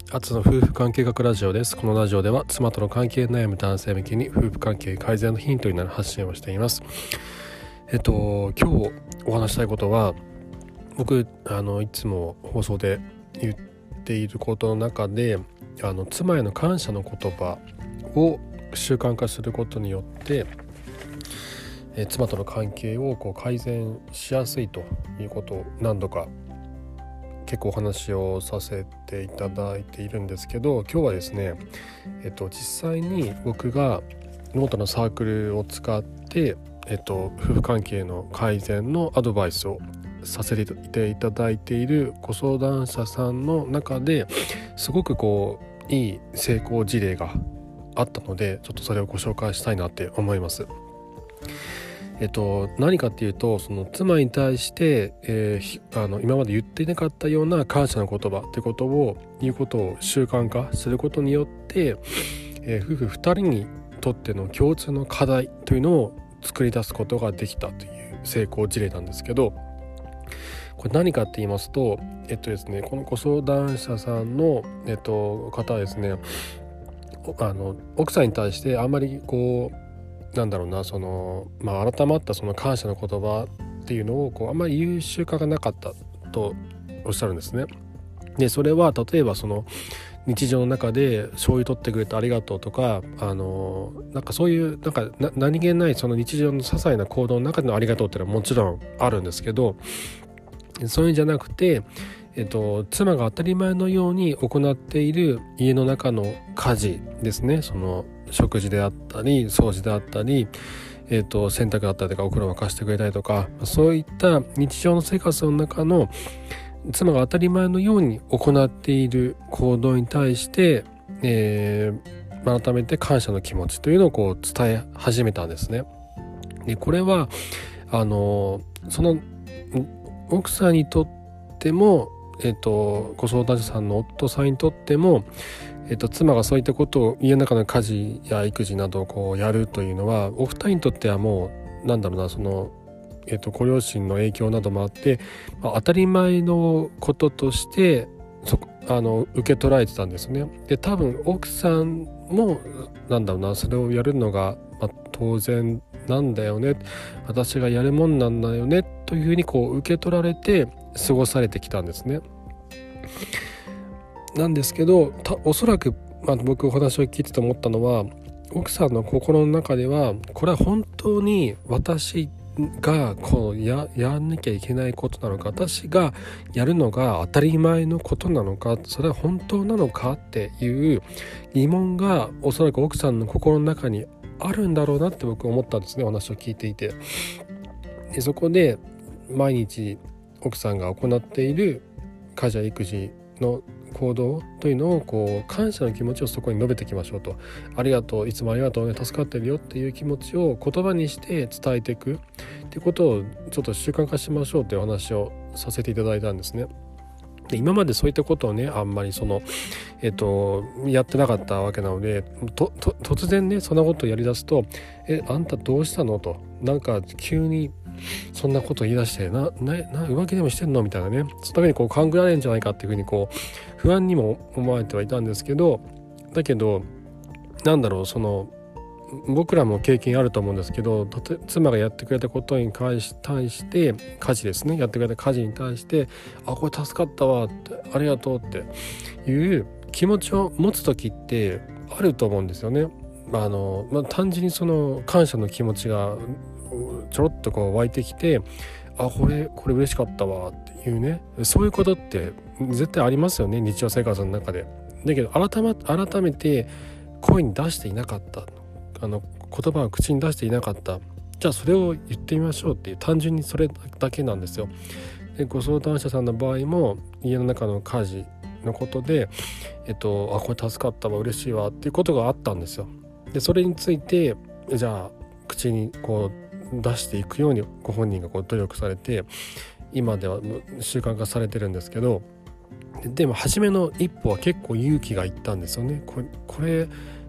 アツの夫婦関係学ラジオです。このラジオでは妻との関係悩む男性向けに夫婦関係改善のヒントになる発信をしています。今日お話したいことは、僕いつも放送で言っていることの中で妻への感謝の言葉を習慣化することによって妻との関係を改善しやすいということを何度か結構お話をさせていただいているんですけど、今日はですね、実際に僕がノートのサークルを使って、夫婦関係の改善のアドバイスをさせていただいているご相談者さんの中ですごくいい成功事例があったので、ちょっとそれをご紹介したいなって思います。何かっていうと、その妻に対して、今まで言っていなかったような感謝の言葉ってことを言うことを習慣化することによって、夫婦2人にとっての共通の課題というのを作り出すことができたという成功事例なんですけど、これ何かって言いますと、ですね、このご相談者さんの、方はですね、奥さんに対してあんまり改まったその感謝の言葉っていうのをあんまり言う習慣がなかったとおっしゃるんですね。でそれは例えばその日常の中で醤油取ってくれてありがとうとか、そういう何気ないその日常の些細な行動の中でのありがとうっていうのはもちろんあるんですけど、そういうんじゃなくて、妻が当たり前のように行っている家の中の家事ですね、その食事であったり掃除であったり、洗濯だったりとかお風呂を沸かしてくれたりとか、そういった日常の生活の中の妻が当たり前のように行っている行動に対して、改めて感謝の気持ちというのを伝え始めたんですね。でこれはその奥さんにとっても、ご相談者さんの夫さんにとっても、妻がそういったことを家の中の家事や育児などをやるというのは、お二人にとってはもうその、ご両親の影響などもあって、当たり前のこととして受け取られてたんですね。で多分奥さんもそれをやるのが、当然なんだよね、私がやるもんなんだよねというふうに受け取られて過ごされてきたんですね。なんですけど、おそらく、僕お話を聞いてて思ったのは、奥さんの心の中ではこれは本当に私がやんなきゃいけないことなのか、私がやるのが当たり前のことなのか、それは本当なのかっていう疑問がおそらく奥さんの心の中にあるんだろうなって僕思ったんですね、お話を聞いていて。でそこで毎日奥さんが行っている家事や育児の行動というのを感謝の気持ちをそこに述べてきましょうと。ありがとう、いつもありがとうね、助かってるよっていう気持ちを言葉にして伝えていくっていうことをちょっと習慣化しましょうというお話をさせていただいたんですね。で今までそういったことをね、あんまりやってなかったわけなので、突然ねそんなことをやりだすと、あんたどうしたのと、急にそんなことを言い出して浮気でもしてんのみたいなね、そのために勘ぐられるんじゃないかっていうふうに不安にも思われてはいたんですけど、だけど僕らも経験あると思うんですけど、妻がやってくれたことに対して家事ですね、やってくれた家事に対してこれ助かったわって、ありがとうっていう気持ちを持つ時ってあると思うんですよね。単純にその感謝の気持ちがちょろっと湧いてきて、これ嬉しかったわっていうね、そういうことって絶対ありますよね、日常生活の中で。だけど改めて声に出していなかった、言葉を口に出していなかった、じゃあそれを言ってみましょうっていう、単純にそれだけなんですよ。でご相談者さんの場合も家の中の家事のことで、これ助かったわ、嬉しいわっていうことがあったんですよ。でそれについてじゃあ口に出していくようにご本人が努力されて、今では習慣化されてるんですけど、でも初めの一歩は結構勇気がいったんですよね。これ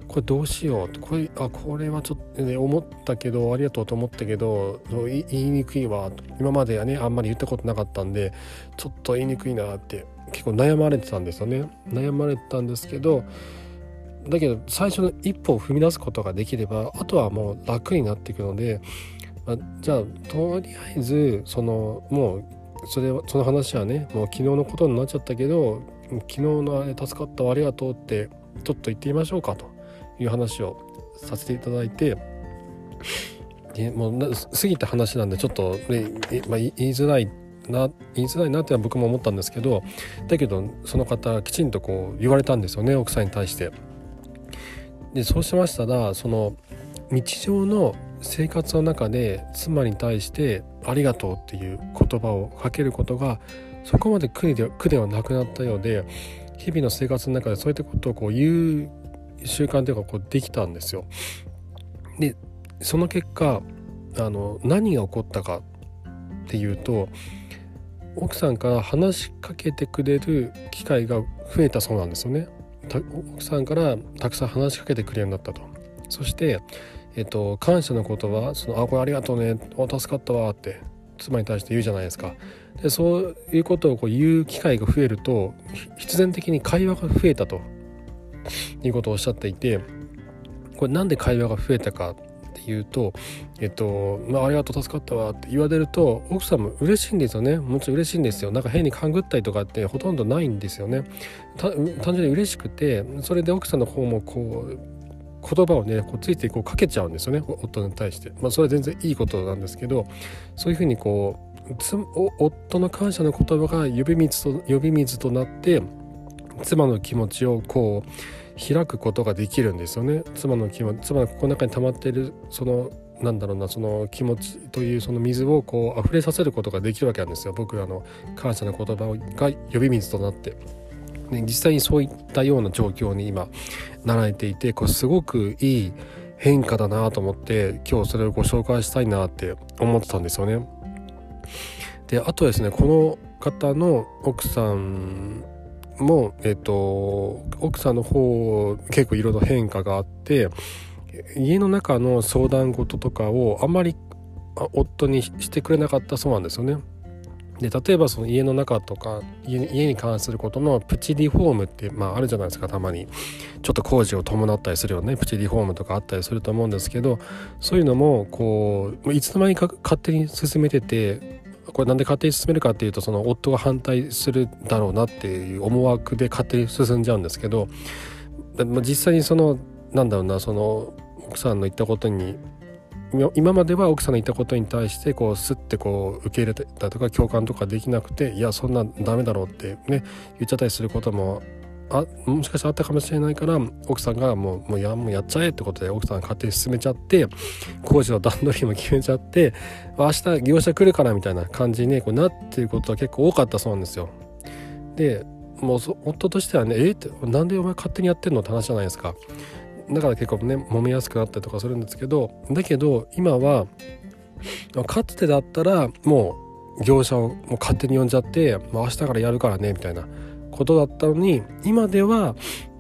これどうしよう、これはちょっと、ね、思ったけどありがとうと思ったけど言いにくいわ、今まではねあんまり言ったことなかったんでちょっと言いにくいなって結構悩まれてたんですよね。悩まれてたんですけど、だけど最初の一歩を踏み出すことができればあとはもう楽になっていくので、じゃあとりあえずもうその話はねもう昨日のことになっちゃったけど、昨日のあれ助かったわありがとうってちょっと言ってみましょうかという話をさせていただいて、もう過ぎた話なんでちょっと、ね言いづらいなっては僕も思ったんですけど、だけどその方きちんとこう言われたんですよね、奥さんに対して。でそうしましたらその日常の生活の中で妻に対してありがとうっていう言葉をかけることがそこまで苦ではなくなったようで、日々の生活の中でそういったことをこう言う習慣というかこうできたんですよ。でその結果何が起こったかっていうと、奥さんから話しかけてくれる機会が増えたそうなんですよね。奥さんからたくさん話しかけてくれるようになったと。そして感謝の言葉、これありがとうね、助かったわって妻に対して言うじゃないですか。でそういうことをこう言う機会が増えると必然的に会話が増えたということをおっしゃっていて、これなんで会話が増えたかっていうと、ありがとう助かったわって言われると奥さんも嬉しいんですよね。もちろん嬉しいんですよ。なんか変に勘ぐったりとかってほとんどないんですよね。単純に嬉しくて、それで奥さんの方もこう言葉をねこうついてこうかけちゃうんですよね、夫に対して。それは全然いいことなんですけど、そういうふうにこう夫の感謝の言葉が呼び水となって妻の気持ちをこう開くことができるんですよね。妻の心の中に溜まっているその気持ちというその水をこう溢れさせることができるわけなんですよ。僕感謝の言葉が呼び水となって、実際にそういったような状況に今なられていて、これすごくいい変化だなと思って今日それをご紹介したいなって思ってたんですよね。であとですね、この方の奥さんも、奥さんの方結構いろいろ変化があって、家の中の相談事とかをあんまり夫にしてくれなかったそうなんですよね。で例えばその家の中とか家に関することのプチリフォームってあるじゃないですか。たまにちょっと工事を伴ったりするよね、プチリフォームとかあったりすると思うんですけど、そういうのもこういつの間にか勝手に進めてて、これなんで勝手に進めるかっていうとその夫が反対するだろうなっていう思惑で勝手に進んじゃうんですけど、実際にその奥さんの言ったことに今までは奥さんの言ったことに対してこうスッてこう受け入れたとか共感とかできなくて、いやそんなダメだろうってね言っちゃったりすることももしかしたらあったかもしれないから、奥さんがもうやっちゃえってことで奥さんが勝手に進めちゃって工事の段取りも決めちゃって、明日業者来るからみたいな感じにねこうなっていることは結構多かったそうなんですよ。でもう夫としてはねってなんでお前勝手にやってんのって話じゃないですか。だから結構ね揉めやすくなったりとかするんですけど、だけど今はかつてだったらもう業者をもう勝手に呼んじゃって明日からやるからねみたいなことだったのに、今では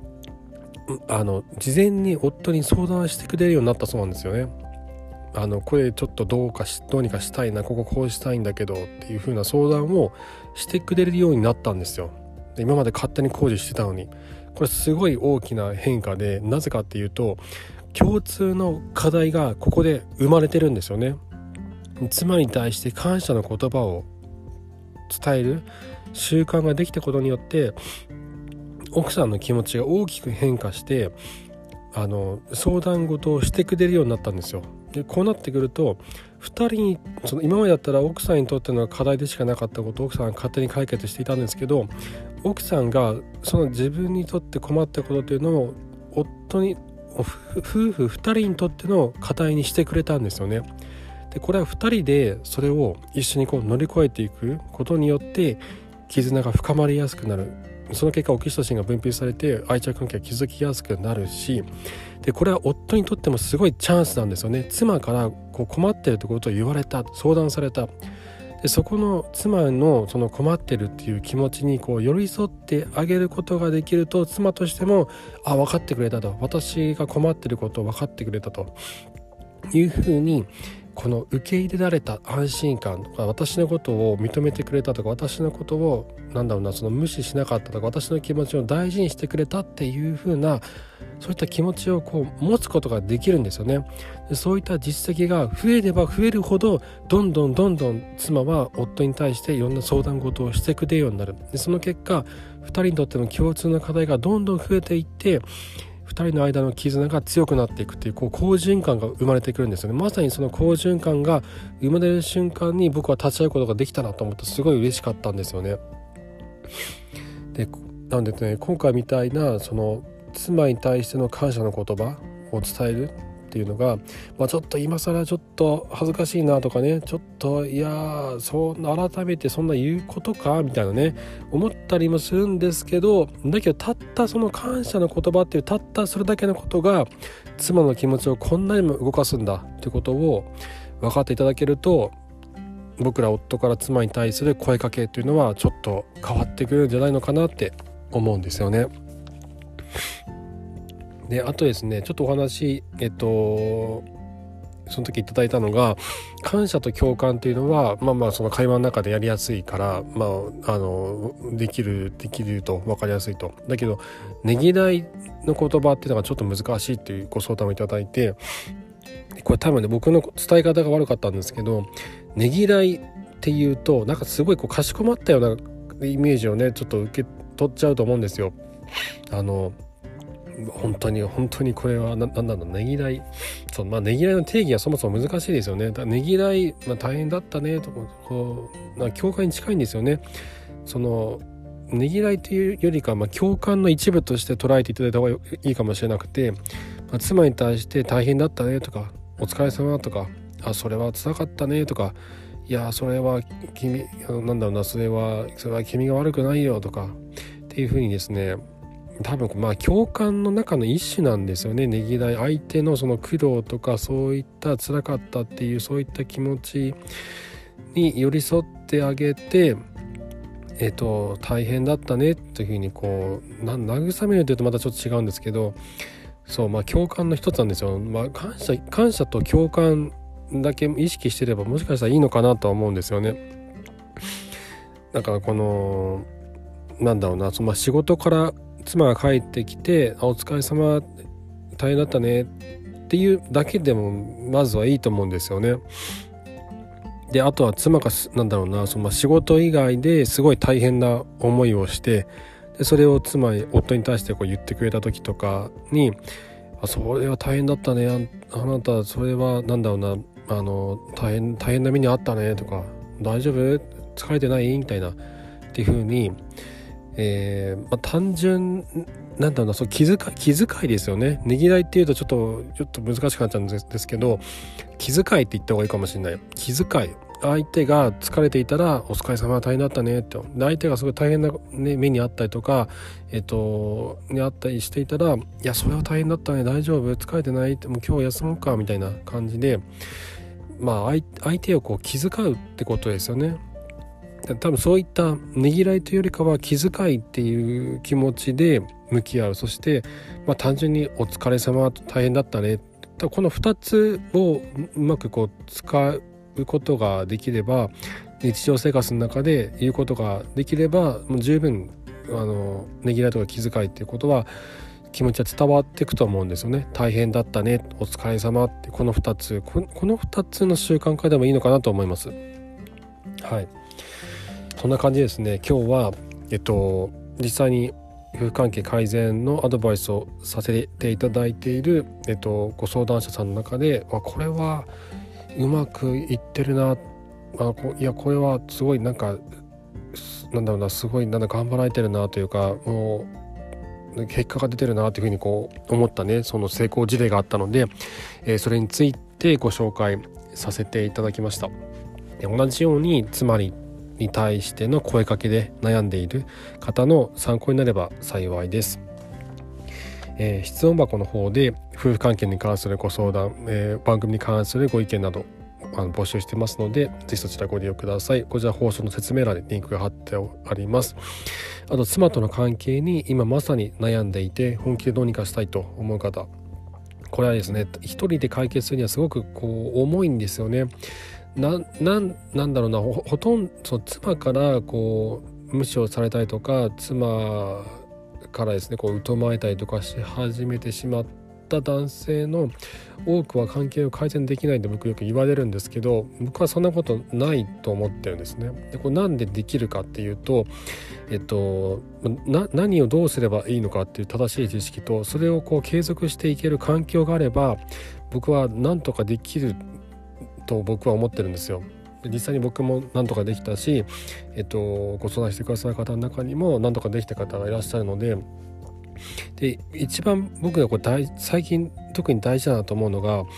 事前に夫に相談してくれるようになったそうなんですよね。これちょっとどうにかしたいな、こうしたいんだけどっていう風な相談をしてくれるようになったんですよ。で今まで勝手に工事してたのに、これすごい大きな変化で、なぜかっていうと共通の課題がここで生まれてるんですよね。妻に対して感謝の言葉を伝える習慣ができたことによって奥さんの気持ちが大きく変化して相談事をしてくれるようになったんですよ。でこうなってくると2人に今までだったら奥さんにとっての課題でしかなかったことを奥さんが勝手に解決していたんですけど、奥さんがその自分にとって困ったことというのを夫婦2人にとっての課題にしてくれたんですよね。でこれは2人でそれを一緒にこう乗り越えていくことによって絆が深まりやすくなる。その結果オキシトシンが分泌されて愛着関係が築きやすくなるし、でこれは夫にとってもすごいチャンスなんですよね。妻からこう困ってるってことを言われた、相談された。 でそこの妻のその困ってるっていう気持ちにこう寄り添ってあげることができると、妻としても分かってくれたと、私が困ってることを分かってくれたというふうに、この受け入れられた安心感とか、私のことを認めてくれたとか、私のことをその無視しなかったとか、私の気持ちを大事にしてくれたっていう風な、そういった気持ちをこう持つことができるんですよね。でそういった実績が増えれば増えるほど、どんどん妻は夫に対していろんな相談事をしてくれるようになる。でその結果、2人にとっての共通の課題がどんどん増えていって、2人の間の絆が強くなっていくっていう、好循環が生まれてくるんですよね。まさにその好循環が生まれる瞬間に僕は立ち会うことができたなと思ってすごい嬉しかったんですよね。でなのでね、今回みたいなその妻に対しての感謝の言葉を伝えるっていうのが、ちょっと今更ちょっと恥ずかしいなとかね、ちょっと改めてそんな言うことかみたいなね、思ったりもするんですけど、だけどたったその感謝の言葉っていう、たったそれだけのことが妻の気持ちをこんなにも動かすんだってことを分かっていただけると、僕ら夫から妻に対する声かけというのはちょっと変わってくるんじゃないのかなって思うんですよね。であとですね、ちょっとお話その時いただいたのが、感謝と共感っていうのはその会話の中でやりやすいから、できると分かりやすいと。だけどねぎらいの言葉っていうのがちょっと難しいっていうご相談をいただいて、これ多分ね、僕の伝え方が悪かったんですけど、ねぎらいっていうとなんかすごいかしこまったようなイメージをねちょっと受け取っちゃうと思うんですよ。本当にこれはねぎらい、ねぎらいの定義はそもそも難しいですよね。ねぎらい、大変だったねとか、共感に近いんですよね。そのねぎらいというよりか、共感の一部として捉えていただいた方がいいかもしれなくて、妻に対して大変だったねとか、お疲れ様とか、それは辛かったねとか、いやそれは君それは君が悪くないよとかっていう風にですね、多分共感の中の一種なんですよね。ねぎらい、相手のその苦労とか、そういった辛かったっていうそういった気持ちに寄り添ってあげて、大変だったねというふうに慰めるというとまたちょっと違うんですけど、共感の一つなんですよ。感謝と共感だけ意識してればもしかしたらいいのかなとは思うんですよね。だからその仕事から妻が帰ってきて、お疲れ様大変だったねっていうだけでもまずはいいと思うんですよね。であとは妻がその仕事以外ですごい大変な思いをして、でそれを夫に対して言ってくれた時とかに、それは大変だったね、あなたそれは大変な目にあったねとか、大丈夫疲れてないみたいなっていう風に、単純そう気遣いですよね。ねぎらいっていうとちょっと難しくなっちゃうんですけど、気遣いって言った方がいいかもしれない。気遣い、相手が疲れていたらお疲れ様大変だったねって、相手がすごい大変な、目にあったりとかにあったりしていたら、いやそれは大変だったね、大丈夫疲れてないって、もう今日休もうかみたいな感じで、相手を気遣うってことですよね。多分そういったねぎらいというよりかは気遣いっていう気持ちで向き合う。そして、単純にお疲れ様大変だったね、この2つをうまく使うことができれば、日常生活の中で言うことができれば、もう十分ねぎらいとか気遣いっていうことは気持ちは伝わっていくと思うんですよね。大変だったね、お疲れ様って、この2つの習慣化でもいいのかなと思います。はい、そんな感じですね。今日は実際に夫婦関係改善のアドバイスをさせていただいている、ご相談者さんの中で、これはうまくいってるな、いやこれはすごいすごい頑張られてるなというか、もう結果が出てるなというふうに思ったね、その成功事例があったので、それについてご紹介させていただきました。同じように妻に対しての声かけで悩んでいる方の参考になれば幸いです。質問箱の方で夫婦関係に関するご相談、番組に関するご意見など募集してますので、ぜひそちらご利用ください。こちら放送の説明欄にリンクが貼ってあります。あと妻との関係に今まさに悩んでいて本気でどうにかしたいと思う方、これはですね、一人で解決するにはすごく重いんですよね。なんだろうな、ほとんどその妻から無視をされたりとか、妻からですね疎まれたりとかし始めてしまった男性の多くは関係を改善できないって僕よく言われるんですけど、僕はそんなことないと思ってるんですね。でこれなんでできるかっていうと、何をどうすればいいのかっていう正しい知識と、それを継続していける環境があれば僕は何とかできると僕は思ってるんですよ。実際に僕も何とかできたし、ご相談してくださる方の中にも何とかできた方がいらっしゃるので、一番僕が最近特に大事だなと思うのが、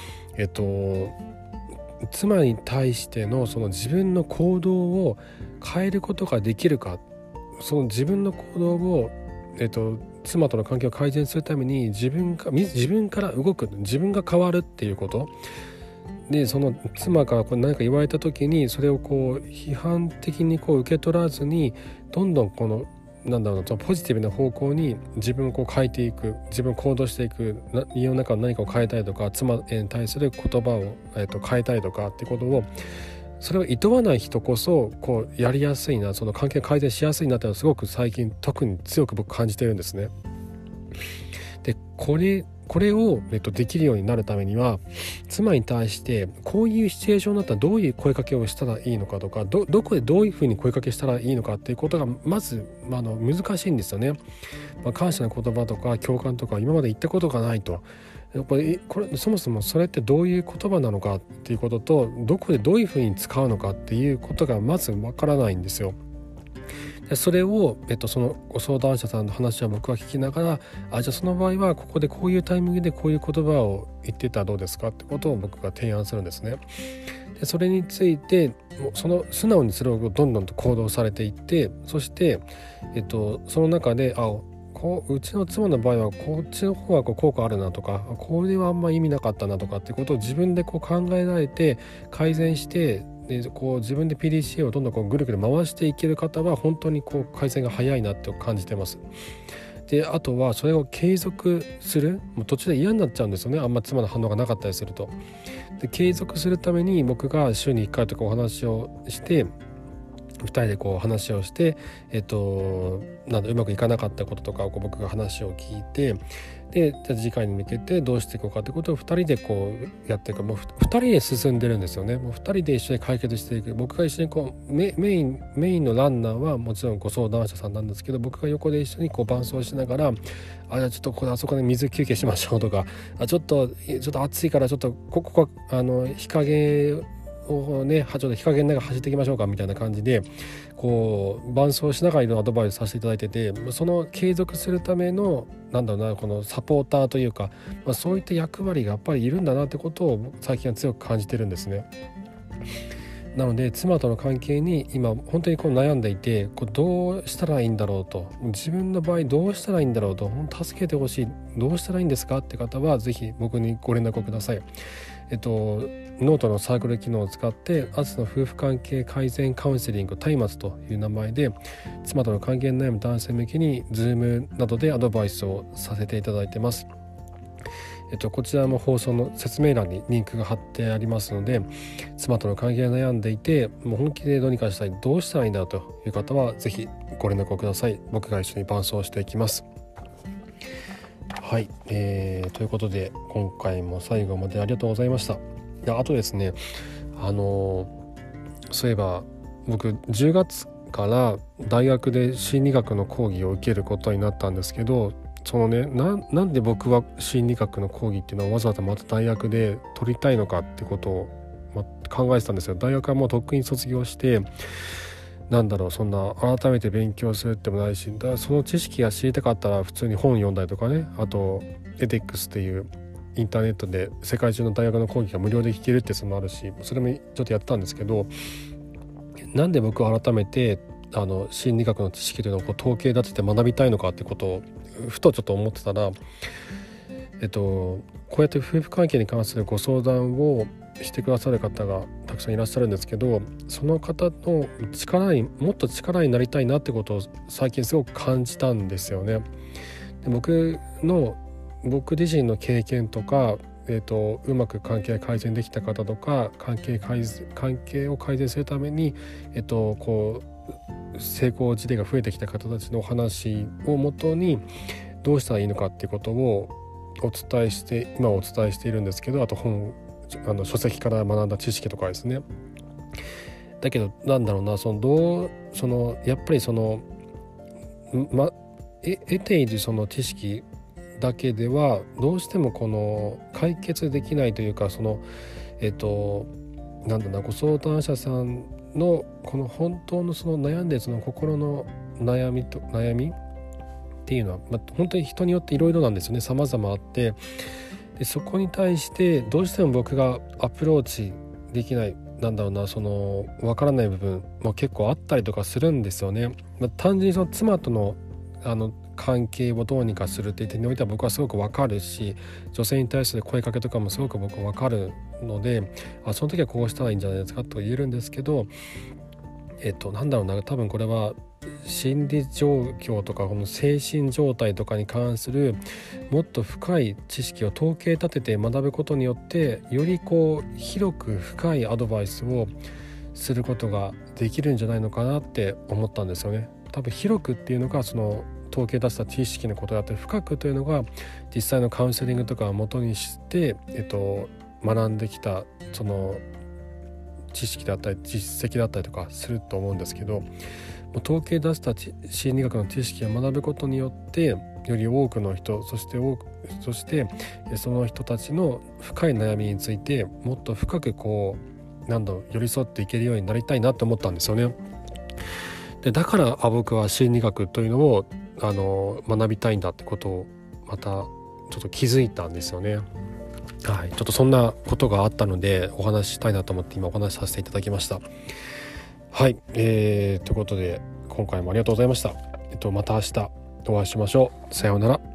妻に対してのその自分の行動を変えることができるか、その自分の行動を、妻との関係を改善するために自分から動く、自分が変わるっていうことで、その妻から何か言われた時にそれを批判的に受け取らずに、どんどんポジティブな方向に自分を変えていく、自分を行動していく、家の中の何かを変えたいとか、妻に対する言葉を、変えたいとかっていうことを、それを厭わない人こそやりやすいな、その関係改善しやすいなっていうのはすごく最近特に強く僕感じてるんですね。でこれを、できるようになるためには、妻に対してこういうシチュエーションだったらどういう声かけをしたらいいのかとか、どこでどういうふうに声かけしたらいいのかっていうことがまず、難しいんですよね。感謝の言葉とか共感とか今まで言ったことがないと、やっぱりそもそもそれってどういう言葉なのかっていうことと、どこでどういうふうに使うのかっていうことがまずわからないんですよ。それを、そのご相談者さんの話は僕は聞きながら、じゃあその場合はここでこういうタイミングでこういう言葉を言ってたらどうですかってことを僕が提案するんですね。でそれについて素直にそれをどんどんと行動されていって、そして、その中でうちの妻の場合はこっちの方は効果あるなとか、これはあんま意味なかったなとかってことを自分で考えられて改善して、で自分で PDCA をどんどんぐるぐる回していける方は本当に改善が早いなって感じてます。であとはそれを継続する、もう途中で嫌になっちゃうんですよね、あんま妻の反応がなかったりすると。で継続するために僕が週に1回とかお話をして2人で話をして、うまくいかなかったこととかを僕が話を聞いて、でじゃあ次回に向けてどうしていこうかってことを2人でやっていく、もう2人で進んでるんですよね。もう2人で一緒に解決していく。僕が一緒にメインのランナーはもちろんご相談者さんなんですけど、僕が横で一緒に伴走しながら、じゃあちょっとあそこで水休憩しましょうとか、ちょっと暑いからちょっとここ日陰をね、ちょっと日陰の中走っていきましょうかみたいな感じで伴走しながらいろいろアドバイスさせていただいてて、その継続するためのこのサポーターというか、そういった役割がやっぱりいるんだなってことを最近は強く感じてるんですね。なので妻との関係に今本当に悩んでいて、どうしたらいいんだろうと、自分の場合どうしたらいいんだろうと、助けてほしい、どうしたらいいんですかって方はぜひ僕にご連絡をください。ノートのサークル機能を使ってアツの夫婦関係改善カウンセリング松明という名前で、妻との関係に悩む男性向けに Zoom などでアドバイスをさせていただいてます。こちらも放送の説明欄にリンクが貼ってありますので、妻との関係に悩んでいてもう本気でどうにかしたい、どうしたらいいんだろうという方はぜひご連絡をください。僕が一緒に伴走していきます。はい、ということで今回も最後までありがとうございました。あとですね、そういえば僕10月から大学で心理学の講義を受けることになったんですけど、なんで僕は心理学の講義っていうのをわざわざまた大学で取りたいのかってことを考えてたんですよ。大学はもうとっくに卒業して、そんな改めて勉強するってもないし、その知識が知りたかったら普通に本読んだりとかね、あとedXっていうインターネットで世界中の大学の講義が無料で聞けるってそのもあるし、それもちょっとやってたんですけど、なんで僕は改めて心理学の知識というのを統計立てて学びたいのかってことをふとちょっと思ってたら、こうやって夫婦関係に関するご相談をしてくださる方がたくさんいらっしゃるんですけど、その方のもっと力になりたいなってことを最近すごく感じたんですよね。で僕自身の経験とか、うまく関係が改善できた方とか、関係を改善するために、成功事例が増えてきた方たちの話をもとにどうしたらいいのかっていうことを今お伝えしているんですけど、あと書籍から学んだ知識とかですね。だけどやっぱり得ているその知識だけではどうしてもこの解決できないというか、ご相談者さんのこの本当のその悩んでるその心の悩みっていうのは、本当に人によっていろいろなんですよね。様々あって、でそこに対してどうしても僕がアプローチできないわからない部分も結構あったりとかするんですよね。単純にその妻との関係をどうにかするっていう点においては僕はすごく分かるし、女性に対する声かけとかもすごく僕分かるので、その時はこうしたらいいんじゃないですかと言えるんですけど、多分これは心理状況とかこの精神状態とかに関するもっと深い知識を統計立てて学ぶことによって、より広く深いアドバイスをすることができるんじゃないのかなって思ったんですよね。多分広くっていうのがその統計出した知識のことであって、深くというのが実際のカウンセリングとかを元にして、学んできたその知識だったり実績だったりとかすると思うんですけど、統計出した心理学の知識を学ぶことによってより多くの人、そしてその人たちの深い悩みについてもっと深く寄り添っていけるようになりたいなと思ったんですよね。でだから僕は心理学というのを学びたいんだってことをまたちょっと気づいたんですよね。はい、ちょっとそんなことがあったのでお話ししたいなと思って今お話しさせていただきました。はい、ということで今回もありがとうございました。また明日お会いしましょう。さようなら。